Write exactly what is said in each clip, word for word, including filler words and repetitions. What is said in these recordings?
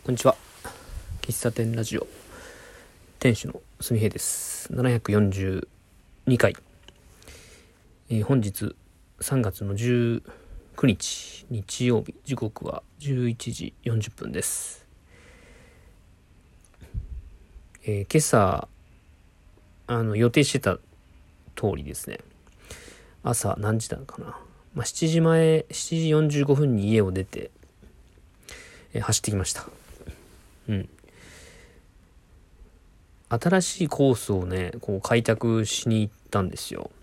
こんにちは。喫茶店ラジオ店主のすみへいです。ななひゃくよんじゅうにかい、えー、本日さんがつのじゅうくにち日曜日、時刻はじゅういちじよんじゅっぷんです。えー、今朝あの予定してた通りですね、朝何時だかな、まあ、しちじまえしちじよんじゅうごふんに家を出て、えー、走ってきました。うん、新しいコースをねこう開拓しに行ったんですよ。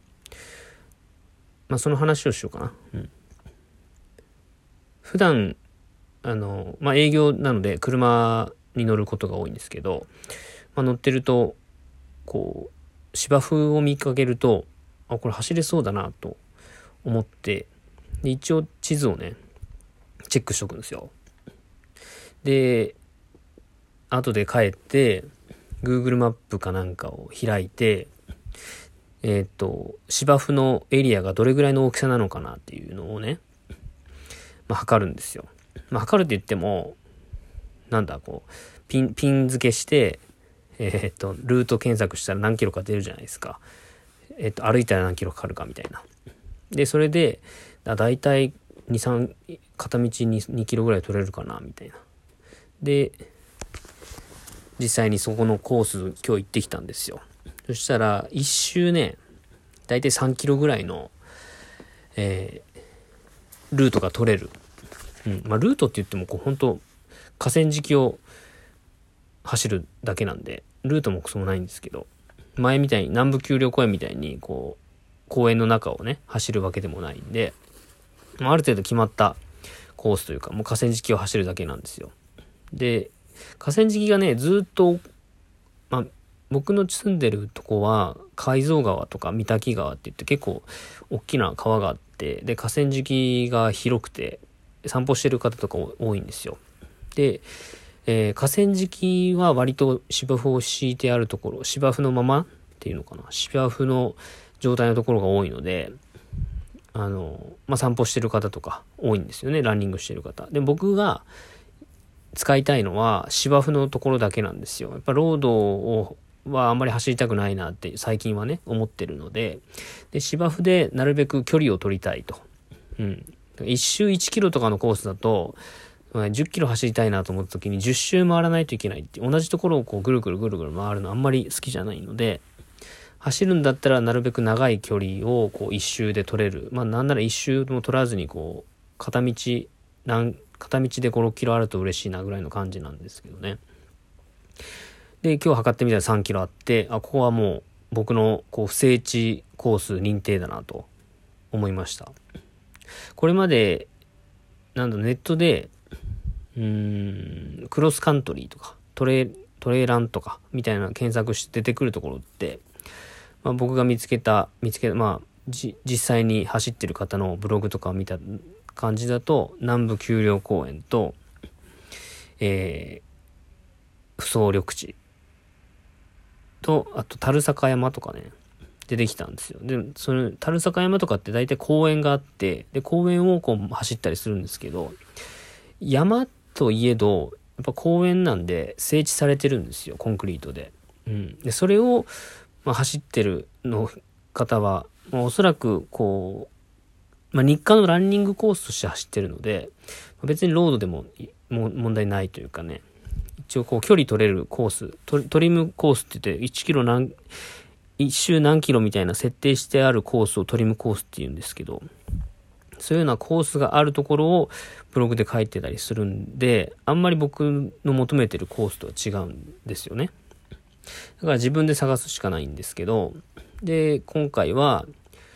まあその話をしようかな。うん、普段あの、まあ、営業なので車に乗ることが多いんですけど、まあ、乗ってるとこう芝生を見かけると、あこれ走れそうだなと思って、で一応地図をねチェックしとくんですよ。で後で帰ってGoogle マップかなんかを開いて、えっと芝生のエリアがどれぐらいの大きさなのかなっていうのをね、まあ、測るんですよ。まあ、測るって言ってもなんだこうピンピン付けして、えっとルート検索したら何キロか出るじゃないですか。えっと歩いたら何キロかかるかみたいな。でそれでだいたいにさん片道 2, にキロぐらい取れるかなみたいな。で実際にそこのコース今日行ってきたんですよ。そしたら一周ねだいたいさんキロぐらいの、えー、ルートが取れる、うんまあ、ルートって言ってもこう本当河川敷を走るだけなんでルートもクソもないんですけど、前みたいに南部丘陵公園みたいにこう公園の中をね走るわけでもないんで、まあ、ある程度決まったコースというかもう河川敷を走るだけなんですよ。で河川敷がねずっと、まあ、僕の住んでるとこは海蔵川とか三滝川って言って結構大きな川があって、で河川敷が広くて散歩してる方とか多いんですよ。で、えー、河川敷は割と芝生を敷いてあるところ、芝生のままっていうのかな、芝生の状態のところが多いので、あの、まあ、散歩してる方とか多いんですよね、ランニングしてる方で。僕が使いたいのは芝生のところだけなんですよ。やっぱロードをはあんまり走りたくないなって最近はね思ってるので、で芝生でなるべく距離を取りたいと。うん。一周いちキロとかのコースだとじゅっキロ走りたいなと思った時にじゅっ周回らないといけないって、同じところをこうぐるぐるぐるぐる回るのあんまり好きじゃないので、走るんだったらなるべく長い距離をこう一周で取れる、まあなんなら一周も取らずにこう片道何片道でご、ろっキロあると嬉しいなぐらいの感じなんですけどね。で今日測ってみたらさんキロあって、あここはもう僕のこう不整地コース認定だなと思いました。これまでなんだネットでうーんクロスカントリーとかトレトレーランとかみたいな検索して出てくるところって、まあ、僕が見つけた見つけまあじ実際に走ってる方のブログとかを見た感じだと、南部丘陵公園と、えー、不総緑地とあと樽坂山とかね出てきたんですよ。でその樽坂山とかって大体公園があって、で公園をこう走ったりするんですけど、山といえどやっぱ公園なんで整地されてるんですよ、コンクリートで。うん、でそれを、まあ、走ってるの方は、まあ、おそらくこうまあ、日課のランニングコースとして走ってるので、別にロードでもも問題ないというかね、一応こう距離取れるコース、ト, トリムコースって言っていちキロ何いち周何キロみたいな設定してあるコースをトリムコースって言うんですけど、そういうようなコースがあるところをブログで書いてたりするんで、あんまり僕の求めてるコースとは違うんですよね。だから自分で探すしかないんですけど、で今回は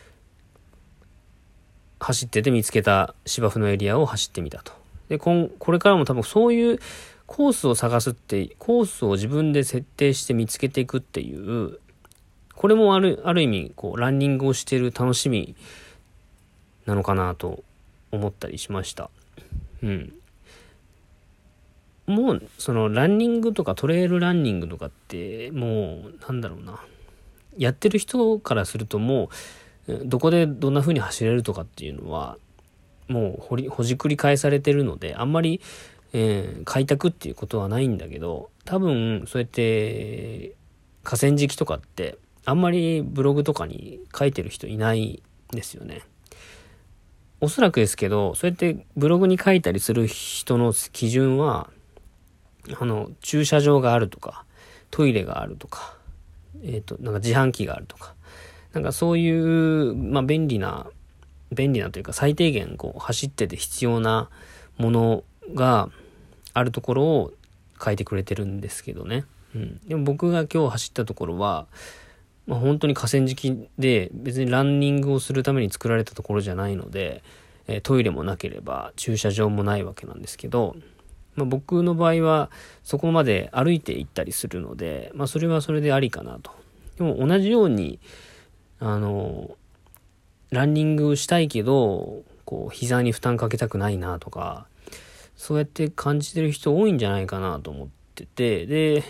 走ってて見つけた芝生のエリアを走ってみたと。でここれからも多分そういうコースを探すって、コースを自分で設定して見つけていくっていう、これもあるある意味こうランニングをしている楽しみなのかなと思ったりしました。うん。もうそのランニングとかトレイルランニングとかってもうなんだろうな、やってる人からするともうどこでどんな風に走れるとかっていうのはもうほりほじくり返されてるので、あんまりえー、開拓っていうことはないんだけど、多分そうやって河川敷とかってあんまりブログとかに書いてる人いないんですよね。おそらくですけど、そうやってブログに書いたりする人の基準は、あの駐車場があるとか、トイレがあるとか、えっとなんか自販機があるとか、なんかそういうまあ便利な便利なというか最低限こう走ってて必要なものがあるところを書いてくれてるんですけどね。うん、でも僕が今日走ったところは、まあ、本当に河川敷で別にランニングをするために作られたところじゃないので、えー、トイレもなければ駐車場もないわけなんですけど、まあ、僕の場合はそこまで歩いて行ったりするので、まあ、それはそれでありかなと。でも同じようにあのランニングしたいけどこう膝に負担かけたくないなとか、そうやって感じてる人多いんじゃないかなと思ってて、で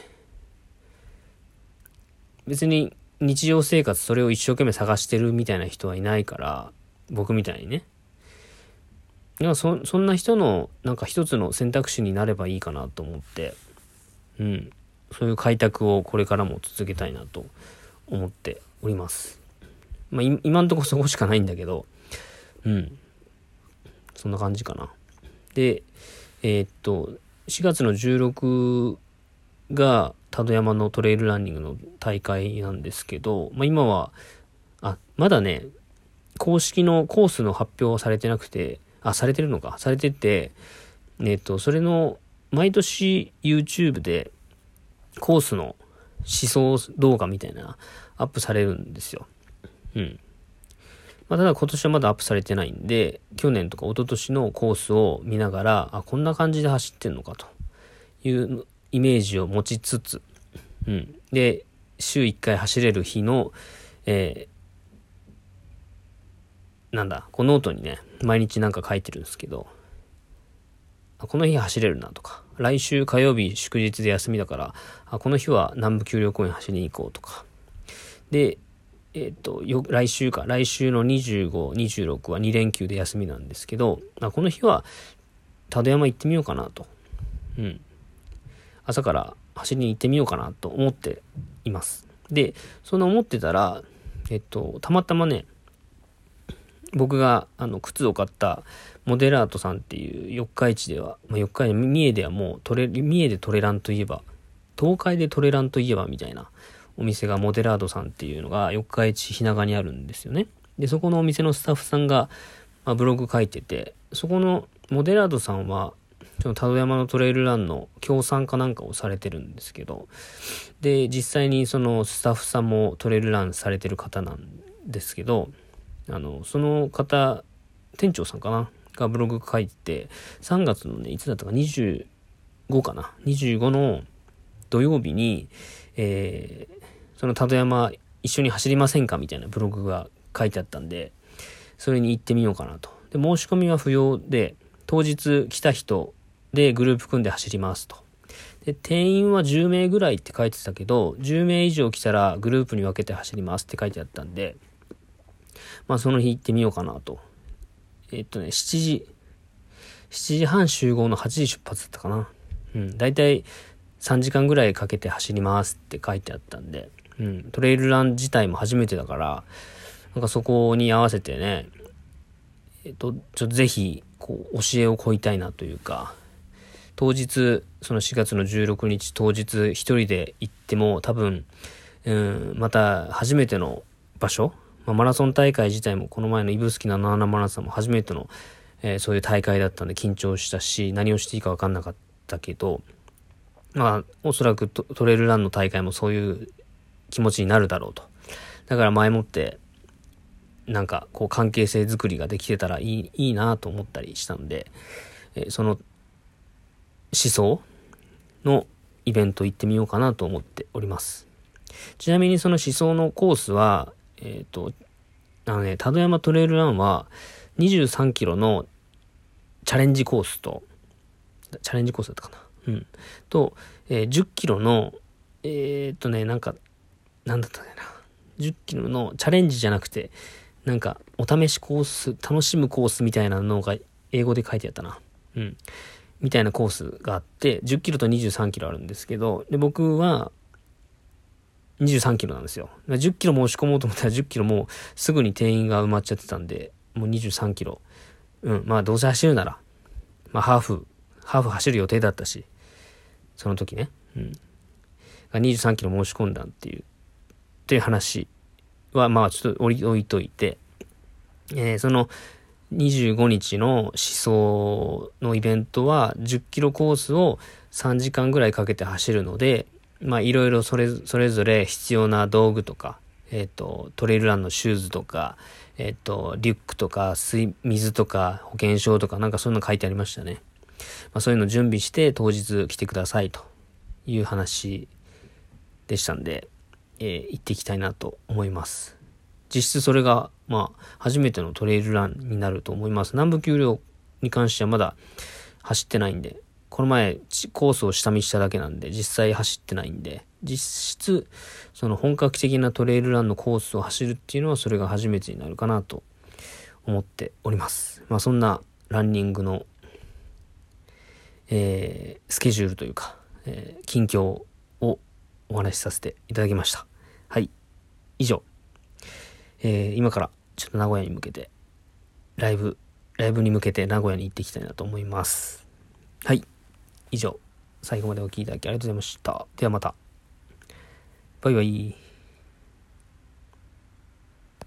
別に日常生活それを一生懸命探してるみたいな人はいないから、僕みたいにね。だからそそんな人のなんか一つの選択肢になればいいかなと思って、うん、そういう開拓をこれからも続けたいなと思っております。まあ今んとこそこしかないんだけど、うん、そんな感じかな。で、えー、っとしがつのじゅうろくが多度山のトレイルランニングの大会なんですけど、まあ今はあまだね公式のコースの発表はされてなくて、あされてるのかされてて、えっとそれの毎年 YouTube でコースの思想動画みたいなアップされるんですよ。うん。まあ、ただ今年はまだアップされてないんで、去年とか一昨年のコースを見ながら、あこんな感じで走ってんのかというイメージを持ちつつ、うん。で週いっかい走れる日の、えー、なんだこのノートにね毎日なんか書いてるんですけど、あこの日走れるなとか、来週火曜日祝日で休みだから、あこの日は南部丘陵公園走りに行こうとか。で、えっと、よ来週か、来週のにじゅうご、にじゅうろくはに連休で休みなんですけど、あこの日は多度山行ってみようかなと。うん。朝から走りに行ってみようかなと思っています。で、そんな思ってたら、えっと、たまたまね、僕があの靴を買ったモデラートさんっていう四日市では、まあ、四日市三重ではもうトレ三重でトレランといえば、東海でトレランといえばみたいなお店がモデラートさんっていうのが四日市日永にあるんですよね。でそこのお店のスタッフさんが、まあ、ブログ書いてて、そこのモデラートさんはその多度山のトレイルランの協賛かなんかをされてるんですけど、で実際にそのスタッフさんもトレイルランされてる方なんですけど、あのその方店長さんかながブログ書いて、さんがつのねいつだったかにじゅうごかなにじゅうごの土曜日に、えー、その多度山一緒に走りませんかみたいなブログが書いてあったんで、それに行ってみようかなと。で申し込みは不要で、当日来た人でグループ組んで走りますと。で定員はじゅうめいぐらいって書いてたけど、じゅうめい以上来たらグループに分けて走りますって書いてあったんで、まあその日行ってみようかなと。えっとね、しちじ、しちじはん集合のはちじ出発だったかな。うん、だいたいさんじかんぐらいかけて走りますって書いてあったんで、うん、トレイルラン自体も初めてだから、なんかそこに合わせてね、えっと、ちょっとぜひ、こう、教えを請いたいなというか、当日、そのしがつのじゅうろくにち当日一人で行っても多分、うん、また初めての場所、まあ、マラソン大会自体もこの前の指宿なななマラソンも初めての、えー、そういう大会だったんで緊張したし、何をしていいか分かんなかったけど、まあおそらく ト, トレイルランの大会もそういう気持ちになるだろうと。だから前もってなんかこう関係性作りができてたらいいいいなと思ったりしたんで、えー、その思想のイベント行ってみようかなと思っております。ちなみにその思想のコースはえっと、あのね、多度山トレイルランはにじゅうさんキロのチャレンジコースと、チャレンジコースだったかなうん。と、えー、じゅっキロの、えー、っとね、なんか、なんだったかな。じゅっキロのチャレンジじゃなくて、なんか、お試しコース、楽しむコースみたいなのが英語で書いてあったな。うん。 みたいなコースがあって、じゅっキロとにじゅうさんキロあるんですけど、で、僕はにじゅうさんキロなんですよ。じゅっキロ申し込もうと思ったらじゅっキロもうすぐに定員が埋まっちゃってたんで、もうにじゅうさんキロ。うん、まあどうせ走るなら、まあハーフ、ハーフ走る予定だったし、その時ね、うん。にじゅうさんキロ申し込んだっていう、という話は、まあちょっと置い置いといて、えー、そのにじゅうごにちの思想のイベントはじゅっキロコースをさんじかんぐらいかけて走るので、まあいろいろそれ、それぞれ必要な道具とか、えっと、トレイルランのシューズとか、えっと、リュックとか、水、水とか、保険証とか、なんかそういうの書いてありましたね。まあそういうの準備して当日来てくださいという話でしたんで、えー、行っていきたいなと思います。実質それが、まあ、初めてのトレイルランになると思います。南部丘陵に関してはまだ走ってないんで、この前コースを下見しただけなんで、実際走ってないんで、実質、その本格的なトレイルランのコースを走るっていうのはそれが初めてになるかなと思っております。まあそんなランニングの、えー、スケジュールというか、えー、近況をお話しさせていただきました。はい。以上。えー、今からちょっと名古屋に向けて、ライブ、ライブに向けて名古屋に行っていきたいなと思います。はい。以上。最後までお聞きいただきありがとうございました。ではまた。バイバイ。